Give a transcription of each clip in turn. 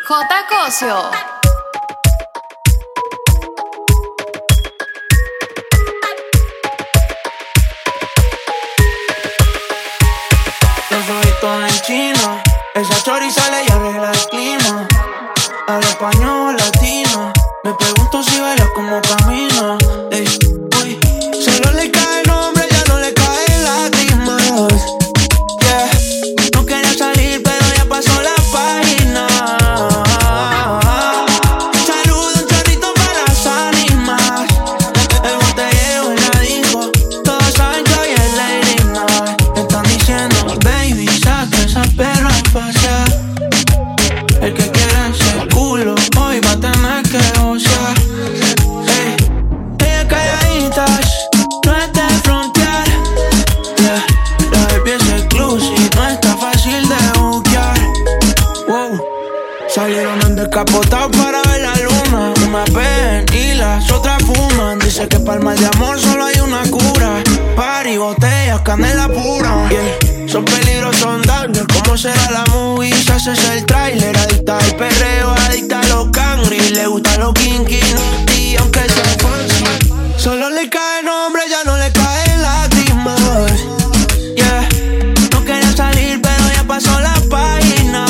J. Cosio. Los ojitos en chino, esa chori sale y arregla el clima. Habla español latino, me pregunto si baila como camina. Ey, uy, solo le cae el nombre, ya no le caen lágrimas. Yeah, no quería salir pero ya pasó la página. Saludo un chorrito para las ánimas. El botellero en la disco, todos saben que hoy es Lady Night. Están diciendo, baby, saca esa perra a pasear. El que quiera ese culo hoy va a tener que gozar. Ey, ella calladitas, no es de frontear. Yeah, la baby es exclusive, no está fácil de buquear. Wow, salieron en descapotado para ver la luna. Una ven y las otras fuman. Dice que para el mal de amor solo hay una cura. Party, botellas, canela pura. Yeah, son peligrosos daños, ¿cómo será la movie? Si haces el tráiler, adicta al perreo, adicta a los cangri. Le gustan los kinky, y aunque sea fancy, solo le cae el nombre, ya no le caen lágrimas. Yeah, no quería salir pero ya pasó la página.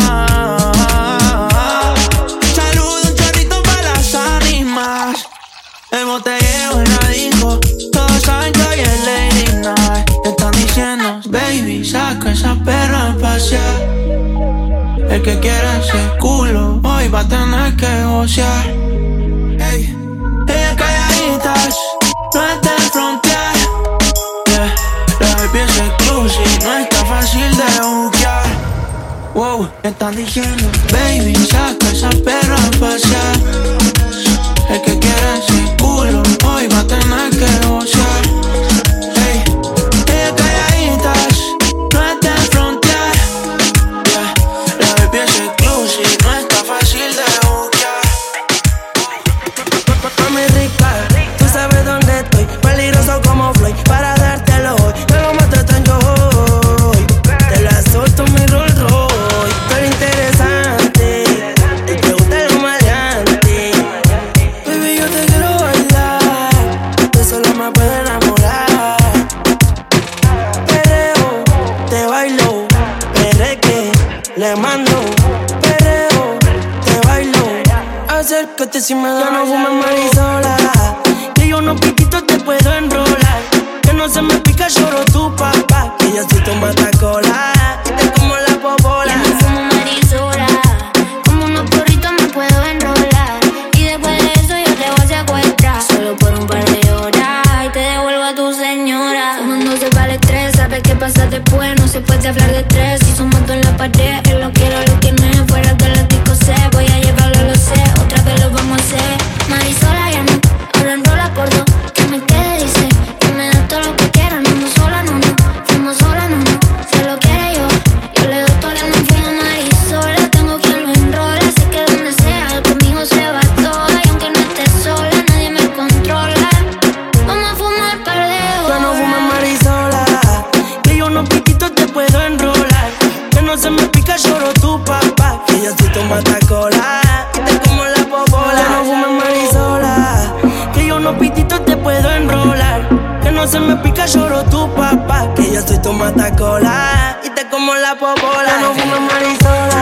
Saludo un chorrito para las ánimas. El botellero en la disco, todos saben que hoy es Lady Night. Están diciendo, baby, saca esa perra a pasear. El que quiera ese culo hoy va a tener que gozar. Ey, ella calladitas, no es de frontear. Yeah, la baby es exclusive, no está fácil de buquear. Wow, están diciendo, baby, saca esa perra a pasear. El que quiera ese culo hoy va a tener que gozar. Ey, ella calladitas, no es de frontear. Yeah, la baby es exclusive, no está fácil de buquear. Mami rica, tú sabes dónde estoy. Peligroso como Floyd, para dártelo hoy. Te lo mato tanto hoy. Te la solto mi Rolls Royce. Tú eres interesante y te gusta lo maleante. Baby, yo te quiero bailar, de solo me puedo enamorar. Perreo, te bailo, perreque, le mando. Perreo, te bailo, acércate si me da. Ya no fumes marisola, que yo no piquito te puedo enrolar. Que no se me pica, lloro tu papá, que yo soy tu matacola. Te como la popola. Ya no fumo marisola, como unos porritos me puedo enrolar. Y después de eso yo te voy a secuestrar, solo por un par de horas, y te devuelvo a tu señora. Fumándose para el estrés, sabes qué pasa después. No se puede hablar de estrés, si sumando en la pared. Él lo quiero, lo tiene fuera de la disco C. Voy a llevarlo, lo sé, otra vez lo vamos a hacer. Marisola ya no, ahora enrola por dos. Que me quede, dice, que me da todo lo que quiera. No ando sola, no, no, fumo sola, no, no. Si lo quiere yo le doy todo. Ya no fumo marisola, tengo quien lo enrola. Sé que donde sea, conmigo se va toda. Y aunque no esté sola, nadie me controla. Vamos a fumar pardeo. Ya no fumes marisola, que yo no piquito te puedo enrolar. Que no se me pica, lloro tu papá, que yo soy tu matacola. Te como la popola. Ya no fumes marisola, que yo no pitito te puedo enrolar. Que no se me pica, lloro tu papá, que yo soy tu matacola. Y te como la popola. Ya no fumes marisola,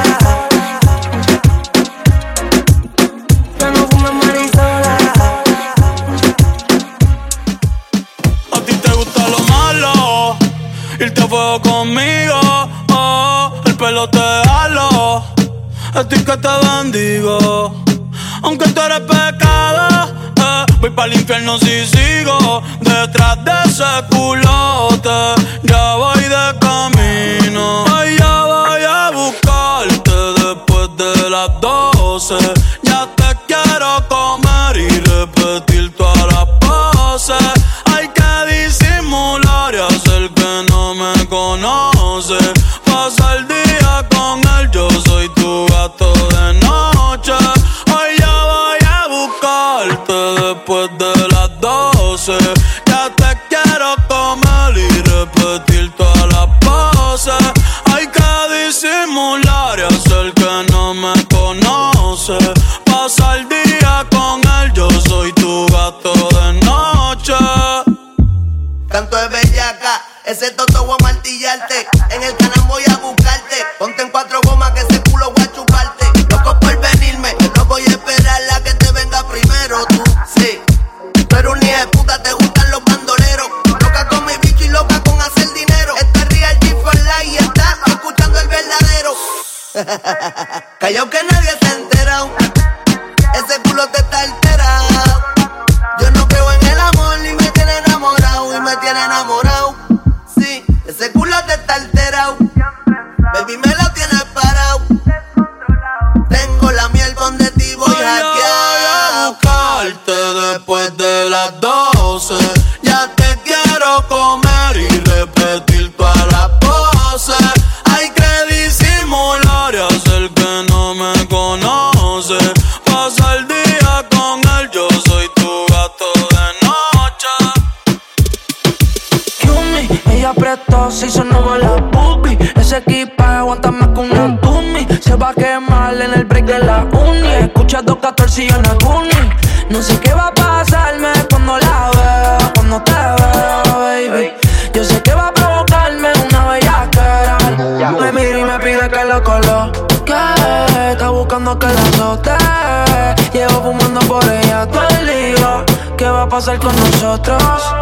ya no fumes marisola. A ti te gusta lo malo, irte a fuego conmigo, oh, el pelo te jalo, a ti que te bendigo. Aunque tú eres pecado, voy pa'l infierno si sigo detrás de ese culote. Ya voy de camino, ay, ya voy a buscarte después de las 12. Ya te quiero comer y repetir todas las poses. Hay que disimular y hacer que no me conoce. Pasa el día con él, yo soy tu gato de noche. Hoy ya voy a buscarte después de las 12. Ya te quiero comer y repetir todas las poses. Hay que disimular y hacer que no me conoce. 12. Pasa el día con él, yo soy tu gato de noche. Canto de bellaca, ese toto voy a martillarte. En el canal voy a buscarte. Ponte en 4 gomas que ese culo voy a chuparte. Loco por venirme, no voy a esperar la que te venga primero. Tú, sí, pero ni de puta te gustan los bandoleros. Loca con mi bicho y loca con hacer dinero. Este es Real G for Life y está escuchando el verdadero. Callao que nadie se ha enterado. Ese culo te está alterado. Yo no creo en el amor y me tiene enamorado. Y me tiene enamorado. Sí, ese culo te está alterado. Baby me lo tienes parado. Tengo la miel donde ti voy a hackear. Buscarte después de las 12. Ya te quiero comer y repetir todas las poses. Hay que disimular y hacer que no me conoce. Pasa el día con él, yo soy tu gato de noche. Yumi, ella prestó, se hizo nuevo la puppy. Ese equipaje aguanta más que una Tumi. Se va a quemar en el break de la uni. Escucha 214 y una Guni. No sé qué va a pasarme cuando la veo, cuando te veo, baby. Yo sé que va a provocarme una bellaquera. Me mira y me pide que lo coloque. Está buscando que la azote. Llevo fumando por ella todo el día. ¿Qué va a pasar con nosotros?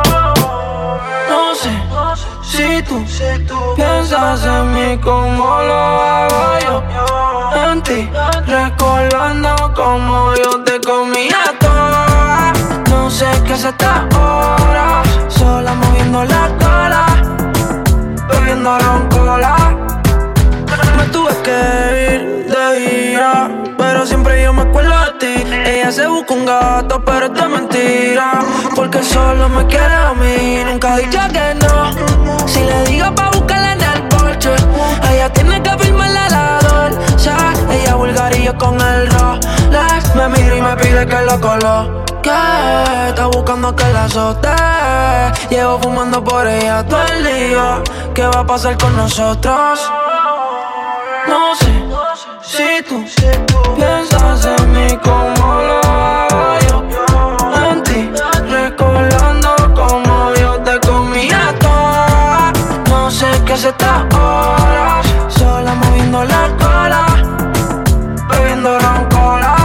No sé si tú piensas en mí como lo hago yo. En ti, recordando como yo te comía toda. No sé qué es esta hora, sola moviendo la cola, bebiendo roncola. Me tuve que ir de gira, pero siempre yo me acuerdo de ti. Ella se busca un gato, pero es de mentira, porque solo me quiere a mí. Nunca ha dicho que no. Si le digo pa' buscarla en el porche, ella tiene que firmarle la dolce. Ella vulgar y yo con el Rolex. Me mira y me pide que lo coloque. Está buscando que la azote. Llevo fumando por ella todo el día. ¿Qué va a pasar con nosotros? No sé si tú piensas en mí como lo hago yo. En ti, recordando como yo te comía toda. No sé qué es esta hora, sola moviendo la cola, bebiendo roncola.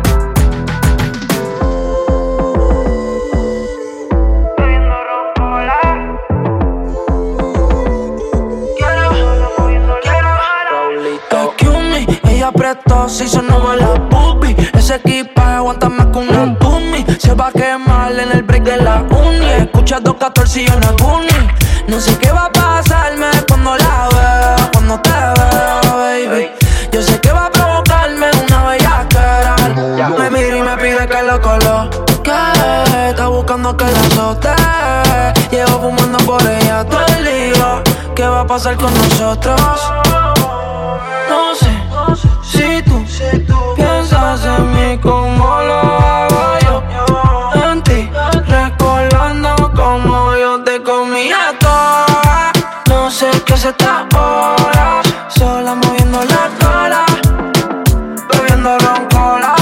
Apretó, se hizo nueva la puppy. Ese equipaje aguanta más que una Tumi. Se va a quemar en el break de la uni. Escucha 214 y una Guni. No sé qué va a pasarme cuando la veo, cuando te veo, baby. Yo sé que va a provocarme una bellaquera. Me mira y me pide que lo coloque. Está buscando que la azote. Llevo fumando por ella todo el día. ¿Qué va a pasar con nosotros? No sé si tú piensas en mí como lo hago yo. En ti, recordando como yo te comía toda. No sé qué es esta hora, sola moviendo la cola, bebiendo roncola.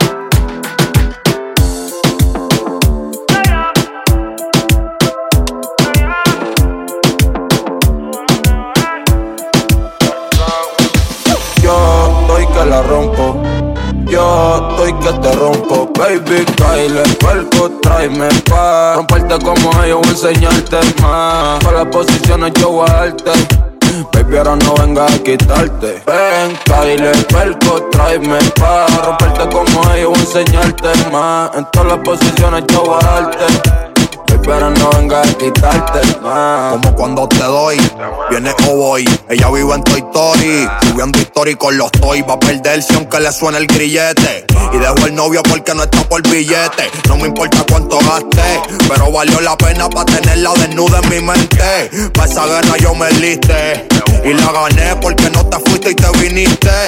La rompo, yo estoy que te rompo. Baby, Kyle, puerco, tráeme pa' romperte como yo voy a enseñarte más. Para las posiciones yo voy a darte. Baby, ahora no vengas a quitarte. Ven, Kyle, puerco, tráeme pa' romperte como yo voy a enseñarte más. En todas las posiciones yo voy a darte. Pero no venga a quitarte más. Como cuando te doy, viene o voy. Ella vive en Toy Story, subiendo historia con los toys. Va a perderse aunque le suene el grillete. Y dejo el novio porque no está por billete. No me importa cuánto gaste, pero valió la pena pa' tenerla desnuda en mi mente. Pa' esa guerra yo me enlisté y la gané porque no te fuiste y te viniste.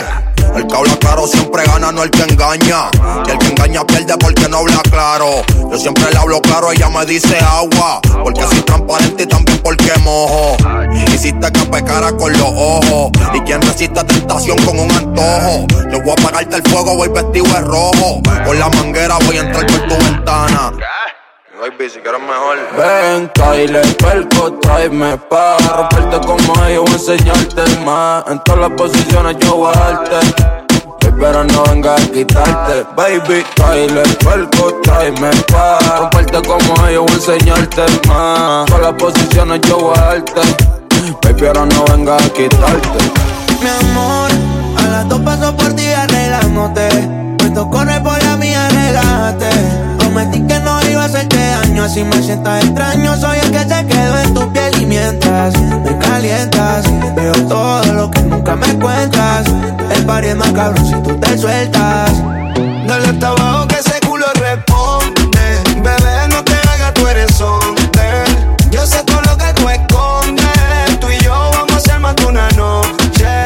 El que habla claro siempre gana, no el que engaña. Y el que engaña pierde porque no habla claro. Yo siempre le hablo claro, ella me dice agua. Porque soy transparente y también porque mojo. Hiciste que pecara con los ojos. Y quien resiste tentación con un antojo. Yo voy a apagarte el fuego, voy vestido de rojo. Con la manguera voy a entrar por tu ventana. Baby, si quieres mejor. Ven, Kyle, perco, tráeme pa' romperte como ellos, voy a enseñarte más. En todas las posiciones yo voy a darte, pero no vengas a quitarte. Baby, Kyle, perco, tráeme pa' romperte como ellos, voy a enseñarte más. En todas las posiciones yo voy a darte, pero no vengas a quitarte. Mi amor, a las 2 paso por ti arreglándote. Puesto corre por la mía, relájate. Prometí que no iba a hacerte daño, así me sientas extraño. Soy el que se quedó en tu piel y mientras me calientas, veo todo lo que nunca me cuentas. El party es más cabrón si tú te sueltas. Dale hasta abajo que ese culo responde. Bebé, no te hagas, tú eres hombre. Yo sé todo lo que tú escondes. Tú y yo vamos a hacer más de una noche.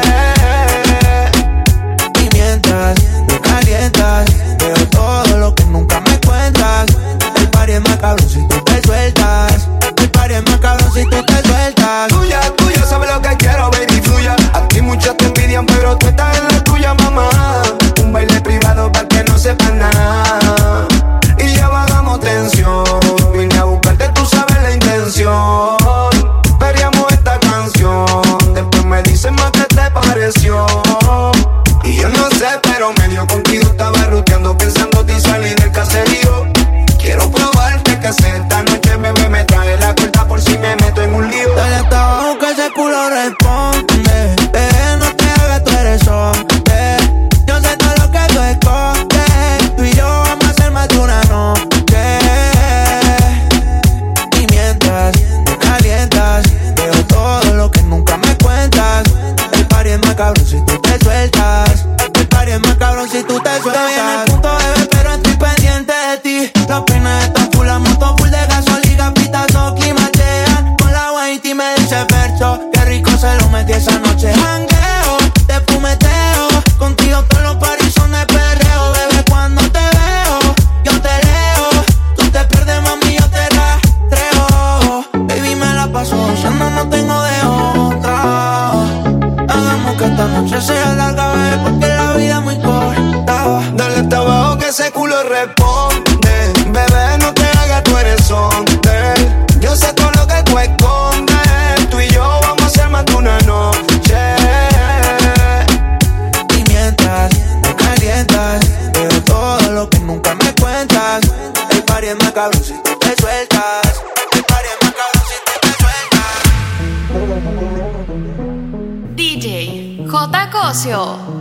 Y mientras me calientas, veo todo lo que nunca me cuentas. El party es más cabrón si tú te sueltas. El party es más cabrón si tú te sueltas. Tuya, tuya, sabes lo que quiero, baby, fluya. Aquí muchos te envidian, pero tú estás en la tuya, mamá. Un baile privado para que no sepan nada. Y ya bajamos tensión. Vine a buscarte, tú sabes la intención. Veríamos esta canción. Después me dicen más que te pareció. Y yo no sé, pero medio contigo estaba ruteando, pensándote y salí del caserío. Quiero probarte que sé esta noche, bebé, me trae la cuenta por si me meto en un lío. Dale hasta abajo que ese culo responde. No te hagas, tú eres hombre. Yo sé todo lo que tú escondes. Tú y yo vamos a hacer más de una noche. Y mientras me calientas, veo todo lo que nunca me cuentas. El party es más cabrón si tú te sueltas. El party es más cabrón si tú te sueltas. Estoy en el punto, bebé, pero estoy pendiente de ti. Los peines están full, la moto full de gasolina, pitazo, climachean. Con la white y me dice Fercho, qué rico se lo metí esa noche. Jangueo, te fumeteo, contigo todos los paris son de perreo. Bebé, cuando te veo, yo te leo. Tú te pierdes, mami, yo te rastreo. Baby, me la paso gozando, no tengo de otra. Hagamos que esta noche sea larga, bebé, porque la vida es muy corta. Dale hasta abajo que ese culo responde. Bebé, no te hagas, tú eres hombre. Yo sé todo lo que tú escondes. Tú y yo vamos a hacer más de una noche. Y mientras me calientas, veo todo lo que nunca me cuentas. El party es más cabrón si tú te sueltas. El party es más cabrón si tú te sueltas. DJ J. Cosio.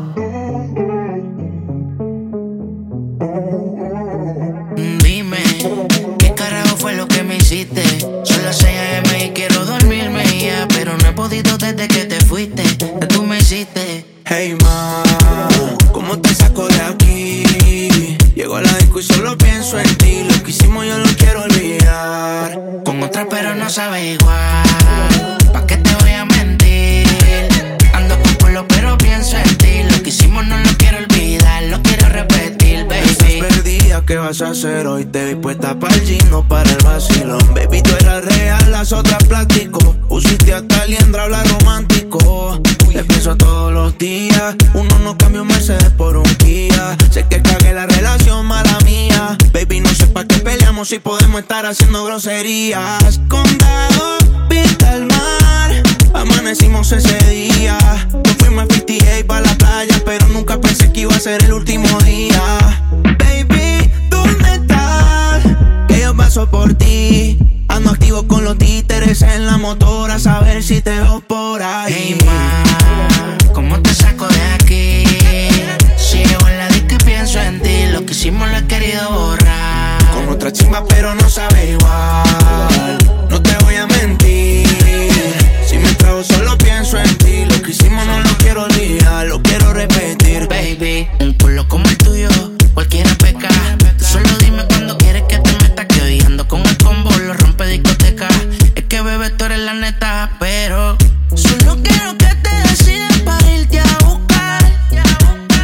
Dime, ¿qué carajo fue lo que me hiciste? Son las 6 AM y quiero dormirme ya, pero no he podido desde que te fuiste. ¿Qué tú me hiciste? Hey ma, ¿cómo te saco de aquí? Llego a la disco y solo pienso en ti. Lo que hicimos yo lo quiero olvidar. Con otra pero no sabe igual. ¿Pa' qué te voy a mentir? Ando con pueblo pero pienso en ti. Lo que hicimos no lo quiero olvidar, lo quiero repetir, baby. Estás perdida, ¿qué vas a hacer hoy? Te vi puesta para el gym, no para el vacilón. Baby, tú eras real, las otras plástico. Pusiste hasta liendra, habla romántico. Te pienso todos los días. Uno no cambia un Mercedes por un Kia. Sé que cagué la relación, mala mía. Baby, no sé pa' qué peleamos si podemos estar haciendo groserías. Condado, vista al mar. Amanecimos ese día. Nos fuimos a 58 pa' la playa, pero nunca pensé que iba a ser el último día. Baby, ¿dónde estás? Que yo paso por ti. Ando activo con los títeres en la motora, a saber si te veo por ahí. Hey ma, ¿cómo te saco de aquí? Si llego en la disco y pienso en ti. Lo que hicimos lo he querido borrar. Con otra chimba pero no sabe igual. No te voy a mentir. Si me trago solo pienso en ti. Lo que hicimos no lo quiero olvidar, lo quiero repetir. Baby, un culo como el tuyo cualquiera peca. Tú solo dime cuando quieres que te meta. Que hoy ando con el combo, lo rompe discoteca. Es que bebé tú eres la neta, pero solo quiero que te decidas para irte a buscar.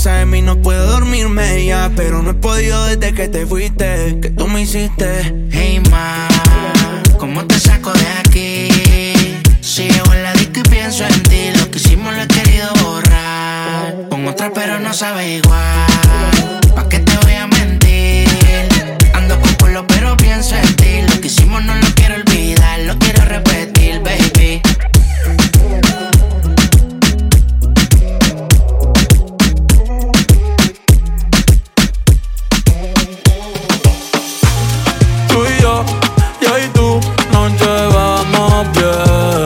piensa en mí, no puedo dormirme ya. Pero no he podido desde que te fuiste, que tú me hiciste. Hey ma, ¿cómo te saco de aquí? Si llego en la disco y pienso en ti, lo que hicimos lo he querido borrar. Con otra pero no sabe igual. ¿Pa' qué te voy a mentir? Ando con pueblo pero pienso en ti. Lo que hicimos no lo quiero olvidar, lo quiero repetir, baby. Tú y yo y tú nos llevamos bien.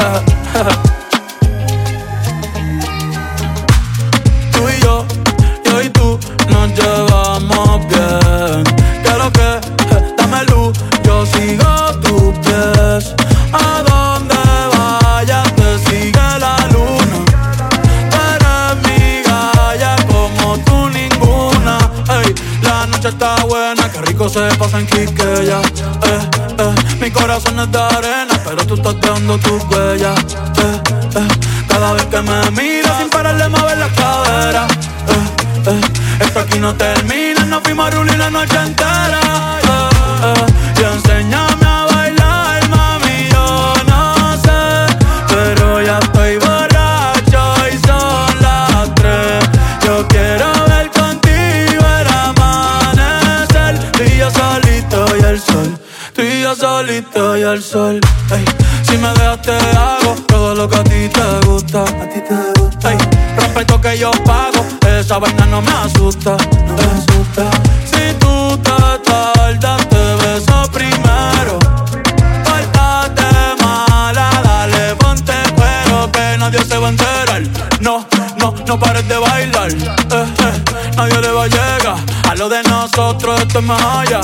Tú y yo y tú nos llevamos bien. Quiero que dame luz, yo sigo tus pies. A donde vayas te sigue la luna. Tú eres mi galla como tú ninguna. Ey, la noche está buena, qué rico se pasa en Quiqueya. Mi corazón es de arena, pero tú estás dejando tus huellas. Cada vez que me miras sin parar de mover la cadera. Esto aquí no termina, nos fuimos a rulir la noche entera. Y enséñame a bailar, mami, yo no sé, pero ya estoy borracho y son las 3. Yo quiero ver contigo el amanecer. Tú y yo solito y el sol, tú y yo solito y el sol. Ey, si me dejas te hago todo lo que a ti te gusta. A ti te gusta. Ey, respeto que yo pago, esa vaina no me asusta, no me asusta. Si tú te tardas te beso primero. Pórtate mala, dale ponte cuero, que nadie se va a enterar. No, no, no pares de bailar. Nadie le va a llegar a lo de nosotros, esto es más allá.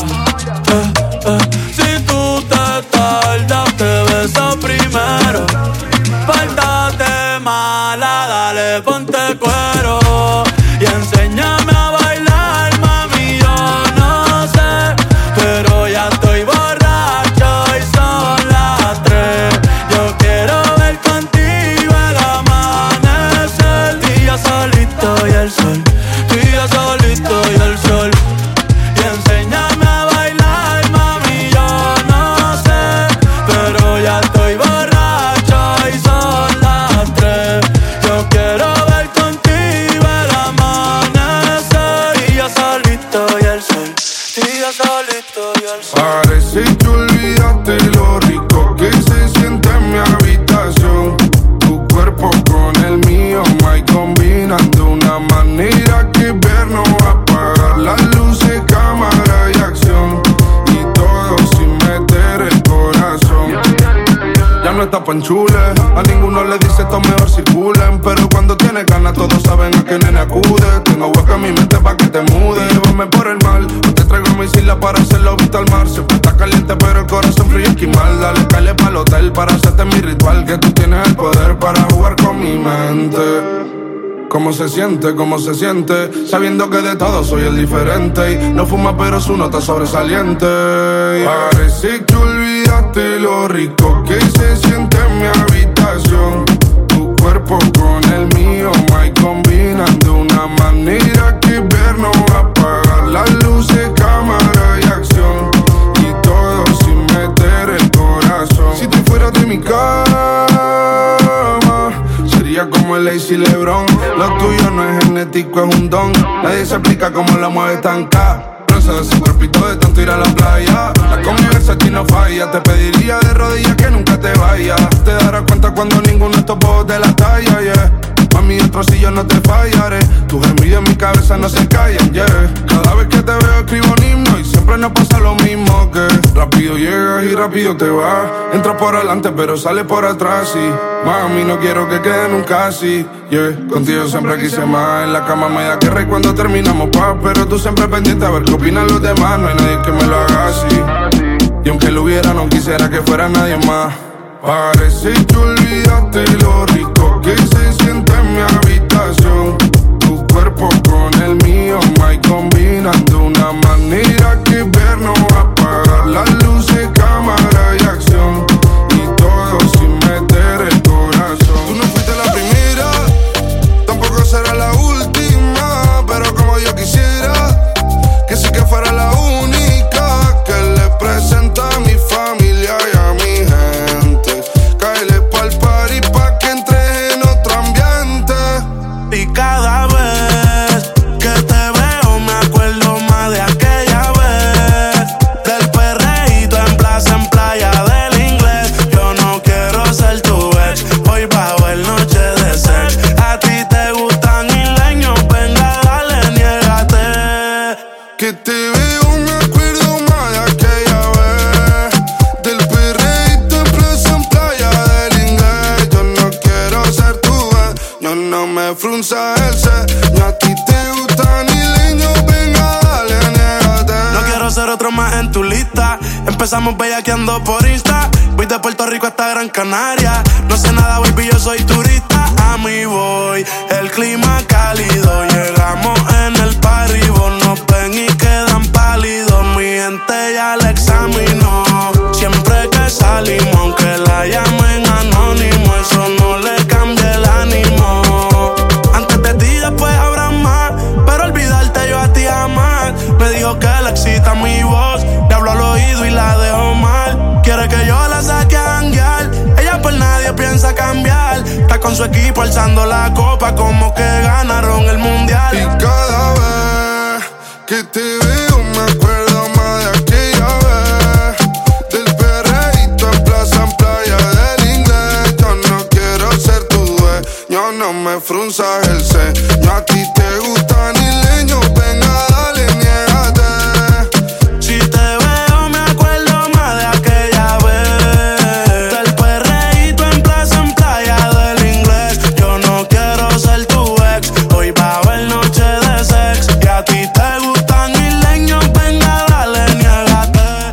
Si tú te tardas te beso primero. Pórtate mala, dale ponte cuero y enséñame a bailar, mami, yo no sé, pero ya estoy borracho y son las 3. Yo quiero ver contigo el amanecer. Tú y yo solito y el sol, tú y yo solito y el sol. Y enséñame a bailar, mami, yo no sé, pero ya estoy borracho y son las 3. Yo quiero ver contigo el amanecer. Y yo solito y el sol, y yo solito y el sol. Parece que olvidaste lo rico que se siente en mi habitación. Tu cuerpo con el mío, my, combinan de una manera que ver no va a apagar las luces, cámara y acción. Y todo sin meter el corazón. Ya no está panchule, a ninguno le dice esto mejor circulen. Pero cuando tienes ganas todos saben a qué nene acude. Tengo hueco en mi mente pa' que te mude. Llévame por el mal, o te traigo a mi isla para hacerlo visto al mar. Siempre está caliente pero el corazón frío esquimal. Dale, calle pa'l hotel para hacerte mi ritual. Que tú tienes el poder para jugar con mi mente. ¿Cómo se siente? Sabiendo que de todo soy el diferente. Y no fuma pero su nota sobresaliente. Parece que olvidaste lo rico que se siente en mi habitación. Tu cuerpo con el mío, my, combinan de una manera que ver no va a apagar las luces, cámara y acción. Y todo sin meter el corazón. Si te fueras de mi cama sería como el Lazy LeBron. Lo tuyo no es genético, es un don. Nadie se explica cómo la mueves tan ca. De ese cuerpito de tanto ir a la playa. La conversa aquí no falla. Te pediría de rodillas que nunca te vayas. Te darás cuenta cuando ninguno de estos bobos de la talla, yeah. Mami, dentro si yo no te fallaré. Tus gemidos en mi cabeza no se callan, yeah. Cada vez que te veo escribo un himno y siempre nos pasa lo mismo, que rápido llegas y rápido te vas. Entras por adelante pero sales por atrás, y mami, no quiero que quede nunca así, yeah. Contigo siempre quise más. En la cama me da guerra y cuando terminamos paz. Pero tú siempre pendiente a ver qué opinan los demás. No hay nadie que me lo haga así. Y aunque lo hubiera, no quisiera que fuera nadie más. Parece que olvidaste lo rico que se siente en mi habitación. Tu cuerpo con el mío, my, combinan de una manera que ver no va a apagar las luces, cámara y acción. Y todo sin meter el corazón. Tú no fuiste la primera, tampoco será la última. Empezamos bellaqueando por Insta. Voy de Puerto Rico hasta Gran Canaria. No sé nada, baby, yo soy turista. A mí voy, el clima cálido. Llegamos en el party, vos nos ven y quedan pálidos. Mi gente ya la examinó. Siempre que salimos, aunque la llamen anónimo, eso no le cambia el ánimo. Antes de ti, después habrá más, pero olvidarte yo a ti jamás. Me dijo que le excita mi voz, le hablo al oído y la dejo mal. Quiere que yo la saque a janguear, ella por nadie piensa cambiar. Está con su equipo alzando la copa como que ganaron el mundial. Y cada vez que te veo me acuerdo más de aquella vez, del perreíto en plaza, en playa del inglés. Yo no quiero ser tu dueño, no me frunzas el ceño. A ti te gustan isleños, venga dale, niégate. Si te veo me acuerdo más de aquella vez, del perreíto en plaza, en playa del inglés. Yo no quiero ser tu ex, hoy va a haber noche de sex. Y a ti te gustan isleños, venga dale, niégate.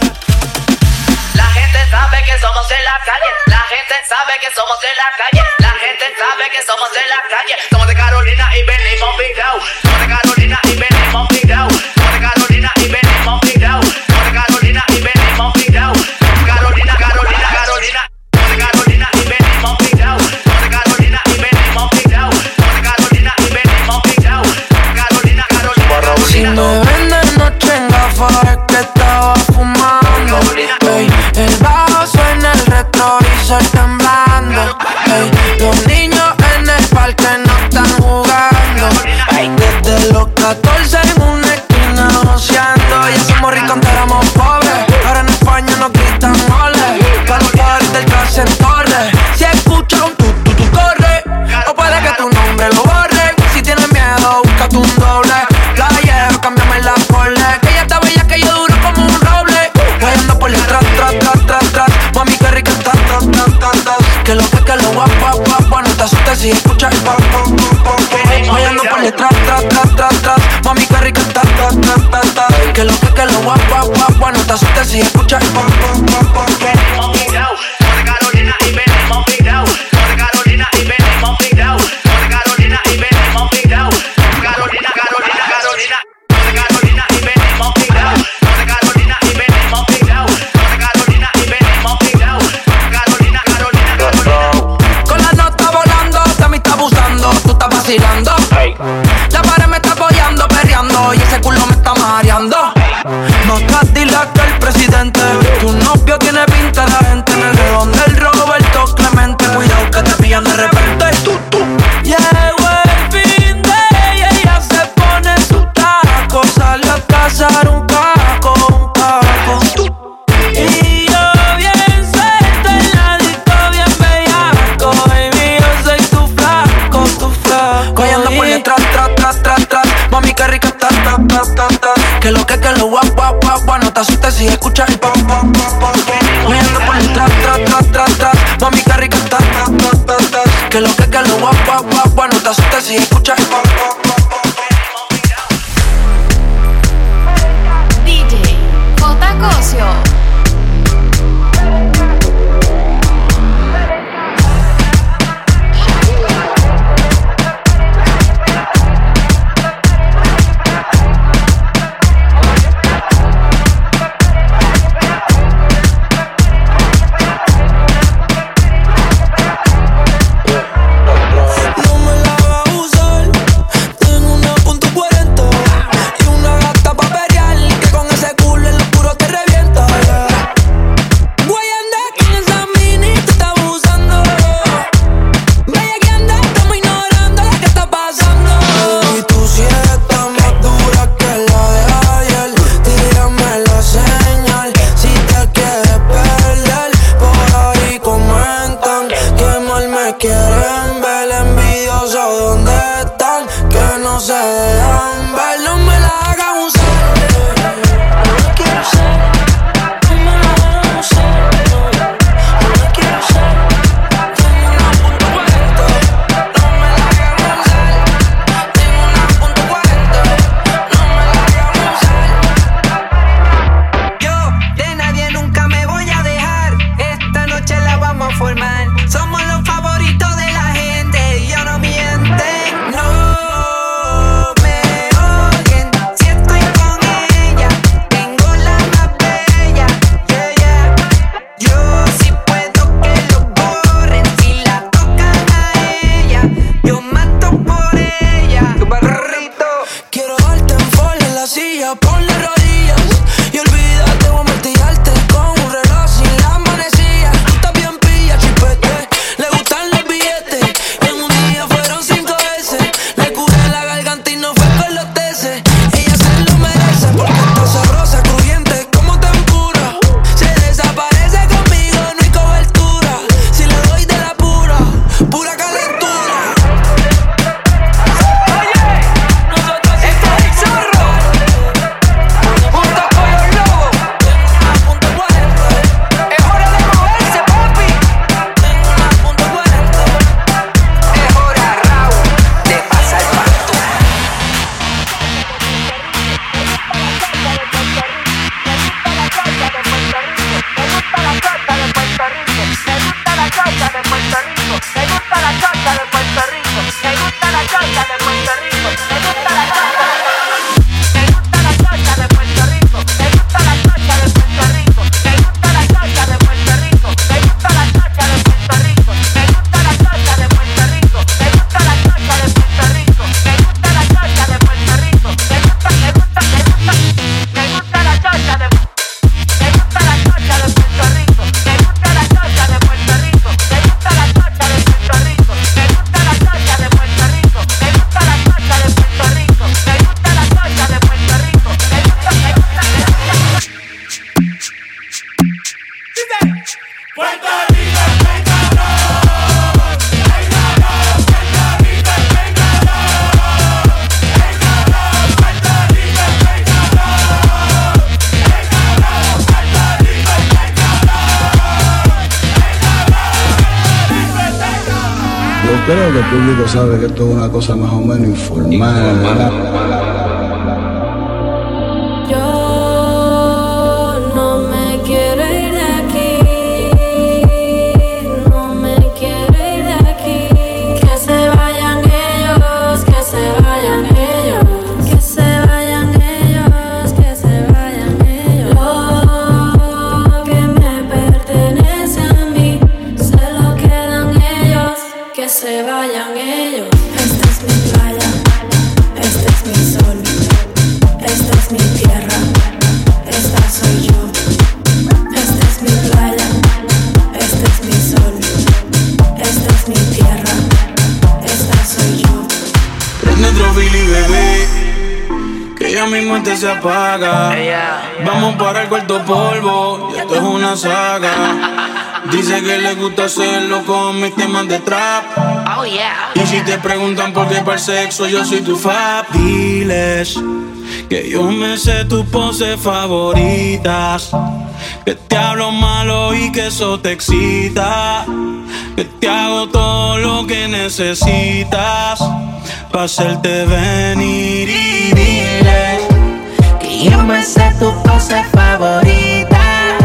La gente sabe que somos en la calle, la gente sabe que somos en la calle, la gente sabe que somos en la calle. Somos de Carolina y venimos picados, somos de Carolina y venimos picados, somos de Carolina y venimos picados, somos de Carolina y venimos picados. Carolina, Carolina, Carolina, somos de Carolina y venimos picados, somos de Carolina y venimos picados, somos de Carolina y venimos picados. Carolina, Carolina, Si Carolina. me ven de noche en gafas es que estaba fumando. Ey, el bajo suena el retrovisor temblando. Ey, los niños en el parque no están jugando. Ey, desde los 14 en una esquina joseando. Ya somos ricos, antes éramos pobres. Ahora en España nos gritan ole. Pa' los padres del clase en torre. Si escucha un tu corre. O puede que tu nombre lo borre. Si tienes miedo, búscate un doble. Playero, cámbiame la pole. Que ya está bella, que yo duro como un roble. Cayendo por detrás, tras. Mami, qué rica está, que lo guap, no te asustes si escuchas el pop. Cayendo por detrás, tras. Mami, qué rica está, que lo guap, no te asustes si escuchas el pop. Venimos picados, somos de Carolina y venimos picados, somos de Carolina y venimos picados, somos de Carolina y venimos picados. Carolina, Carolina, Carolina, somos de Carolina y venimos picados, somos de Carolina y venimos picados, somos de Carolina y venimos picados. Carolina, Carolina, Carolina. Con la nota volando, de mí está abusando, tú estás vacilando. La pared me está apoyando, perreando, y ese culo me está mareando. Más Cadillac que el presidente, tu novio tiene pinta de gente. En el redón del Roberto Clemente, cuidado que te pillan de repente. Llegó el fin de ella, ella se pone su taco, sale a cazar un caco. Y yo bien suelto en la disco, bien bellaco. Baby, yo soy tu flaco. Callando por detrás, tras. Mami, qué rica está, que lo guap, no te asustes si escuchas el pop. Callando por detrás, tras. Mami, qué rica está, que lo guap, no te asustes si escuchas el pop. DJ J. Cosio. No me la va a usar, Yo creo que el público sabe que esto es una cosa más o menos informal. Se vayan ellos. Esta es mi playa, este es mi sol, esta es mi tierra, esta soy yo. Esta es mi playa, este es mi sol, esta es mi tierra, esta soy yo. Prende otro Billy, bebé, que ya mi mente se apaga. Vamos para el cuarto polvo, y esto es una saga. Dice que le gusta hacerlo con mis temas de trap. Oh yeah. Y si te preguntan por qué para el sexo yo soy tu fab, diles que yo me sé tus poses favoritas, que te hablo malo y que eso te excita, que te hago todo lo que necesitas para hacerte venir. Y dile que yo me sé tus poses favoritas,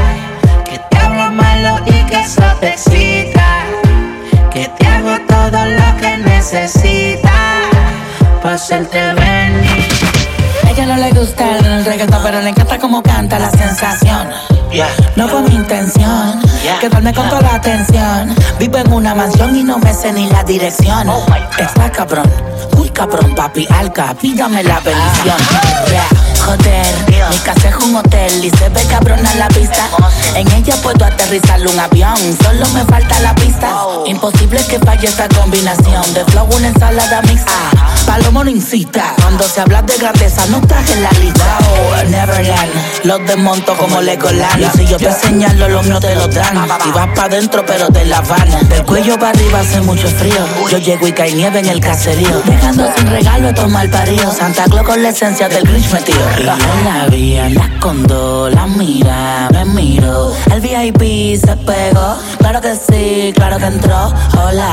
malo y que eso te excita, que te hago todo lo que necesitas para hacerte venir. A ella no le gusta el reggaetón, pero le encanta como canta la sensación. No fue mi intención quedarme con toda la atención. Vivo en una mansión y no me sé ni la dirección. Está cabrón, muy cabrón, papi, alca, pídame la bendición. Joder, mi casa es un hotel y se ve cabrona la vista. En ella puedo aterrizar un avión, solo me falta la pista. Imposible que falle esta combinación de flow, una ensalada mixta. Palomo no incita, cuando se habla de grandeza no estás en la lista. Neverland, los desmonto como Legoland. Y si yo te señalo, los míos te lo dan. Si vas pa' dentro pero te la van. Del cuello para arriba hace mucho frío. Yo llego y cae nieve en el caserío, dejando sin regalo todo mal parido. Santa Claus con la esencia del Grinch metido. Y yo la vi, anda con dos, la mira, me miro. El VIP se pegó, claro que sí, claro que entró. Hola,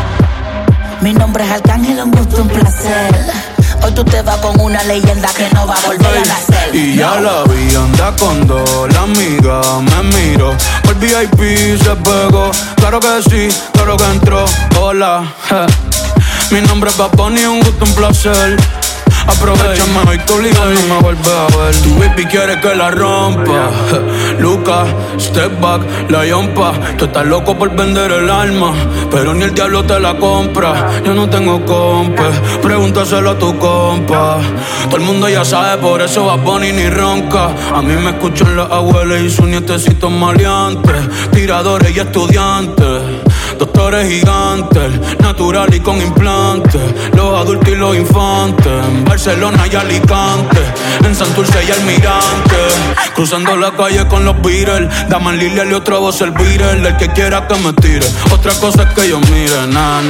mi nombre es Arcángel, un gusto, un placer. Hoy tú te vas con una leyenda que no va a volver a nacer. Y ya la vi, anda con dos, la amiga me miró. El VIP se pegó, claro que sí, claro que entró. Hola, mi nombre es Bad Bunny, un gusto, un placer. Aprovechame hoy tu liga, no me vuelves a ver. Tu baby quiere que la rompa. Lucas, step back, la yompa. Tú estás loco por vender el alma, pero ni el diablo te la compra. Yo no tengo compa, pregúntaselo a tu compa. Todo el mundo ya sabe, por eso Bad Bunny ni ronca. A mí me escuchan las abuelas y sus nietecitos maleantes, tiradores y estudiantes, doctores gigantes, natural y con implantes, los adultos y los infantes, en Barcelona y Alicante, en Santurce y Almirante, cruzando la calle con los Beatles, Daman Lilial y otra voz el Beatle, el que quiera que me tire, otra cosa es que yo mire,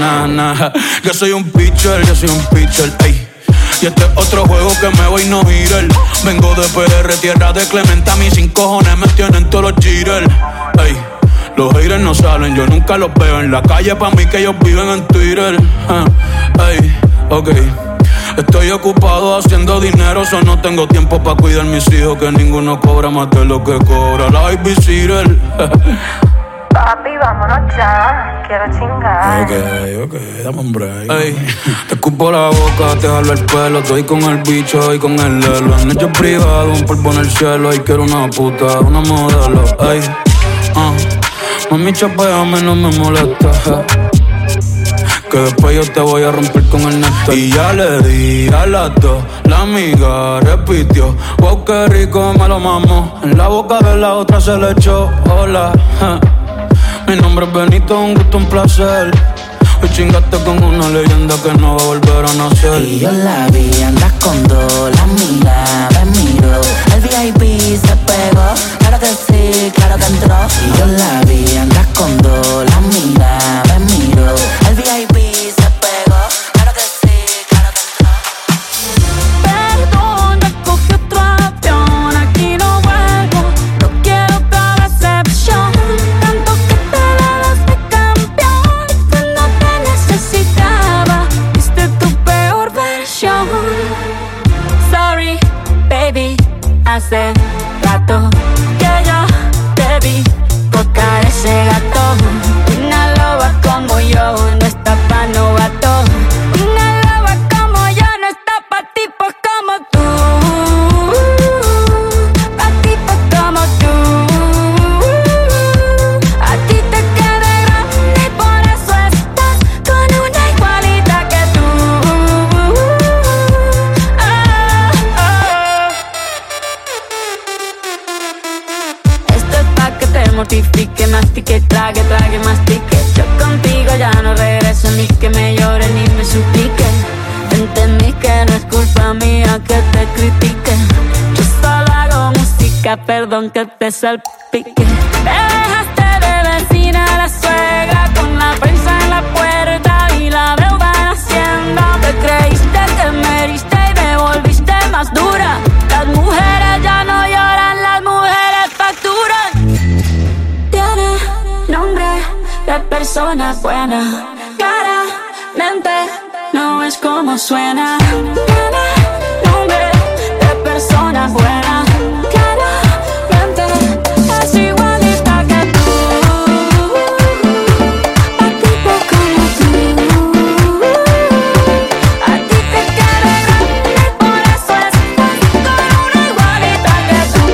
yo soy un pitcher, ey. Y este es otro juego que me voy no girar. Vengo de PR, tierra de Clemente, a mí sin cojones me tienen todos los jitters, ey. Los haters no salen, yo nunca los veo en la calle, pa' mí que ellos viven en Twitter. Ey, ok. Estoy ocupado haciendo dinero, so no tengo tiempo pa' cuidar mis hijos, que ninguno cobra más de lo que cobra la babysitter. Papi, vámonos ya, quiero chingar. Ok, dame un break. Ey, te escupo la boca, te jalo el pelo, estoy con el bicho y con el lelo. En hecho privado, un polvo en el cielo, y quiero una puta, una modelo. Ey, mami, chapeame, no me molesta, que después yo te voy a romper con el néctar. Y ya le di a las dos, la amiga repitió, wow, qué rico me lo mamo. En la boca de la otra se le echó, hola, mi nombre es Benito, un gusto, un placer. Hoy chingaste con una leyenda que no va a volver a nacer. Y yo la vi, andas con dos, la mira, me miro. El VIP se pegó, claro que sí, claro claro que entró. Y yo la vi, andas con dos, la mira, me miró. El VIP se pegó, claro que sí, claro que entró. Perdón, ya cogí otro avión, aquí no vuelvo, no quiero otra decepción. Tanto que te dabas de campeón, cuando te necesitaba, viste tu peor versión. Sorry, baby, hace rato que yo te vi tocar ese gato. Una loba como yo no está pa' novato. Una loba como yo no está pa' tipos como tú. Pa' tipos como tú. A ti te queda grande y por eso estás con una igualita que tú. Esto es pa' que te mortifique, mastique, trague, mastique. Yo contigo ya no regreso, ni que me llore ni me suplique. Entendí que no es culpa mía que te critique. Yo solo hago música, perdón que te salpique. Me dejaste de vecina a la suegra, con la prensa en la puerta y la deuda en Hacienda. Te creíste que me heriste y me volviste más dura. Las mujeres ya no lloran, las mujeres facturan. Tiene nombre de persona buena, claramente no es como suena. Tiene nombre de persona buena, claramente es igualita que tú. A tipo como tú. A ti te queda grande y por eso estás con una igualita que tú.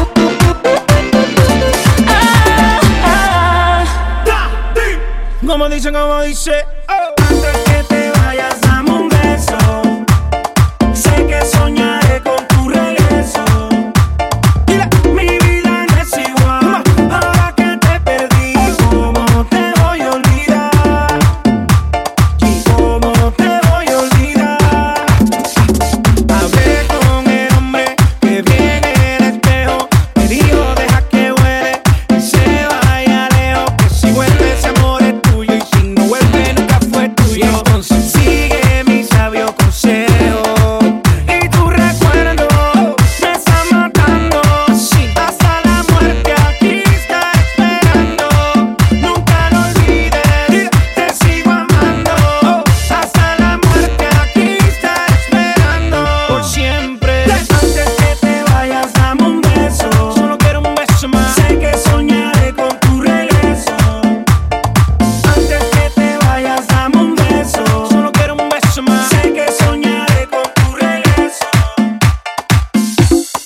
Como dice, antes que te vayas, dame un beso. Sé que soñaré con tu regreso. Mira, mi vida no es igual. Ahora que te perdí, ¿cómo te voy a olvidar? ¿Y cómo te voy a olvidar? Hablé con el hombre que viene en el espejo. Me dijo, deja que huele y se vaya lejos. Que si vuelve ese amor es tuyo y si no vuelve nunca fue tuyo. Entonces sigue mi sabio consejo. Y tu recuerdo me está matando. Sí, hasta la muerte aquí estaré esperando. Nunca lo olvides, te sigo amando. Hasta la muerte aquí estaré esperando. Por siempre. Antes que te vayas, dame un beso. Solo quiero un beso más. Sé que soñaré con tu regreso. Antes que te vayas, dame un beso. Solo quiero un beso más. Sé que soñaré con tu regreso.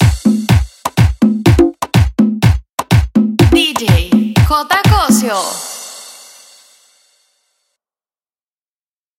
DJ J. Cosio.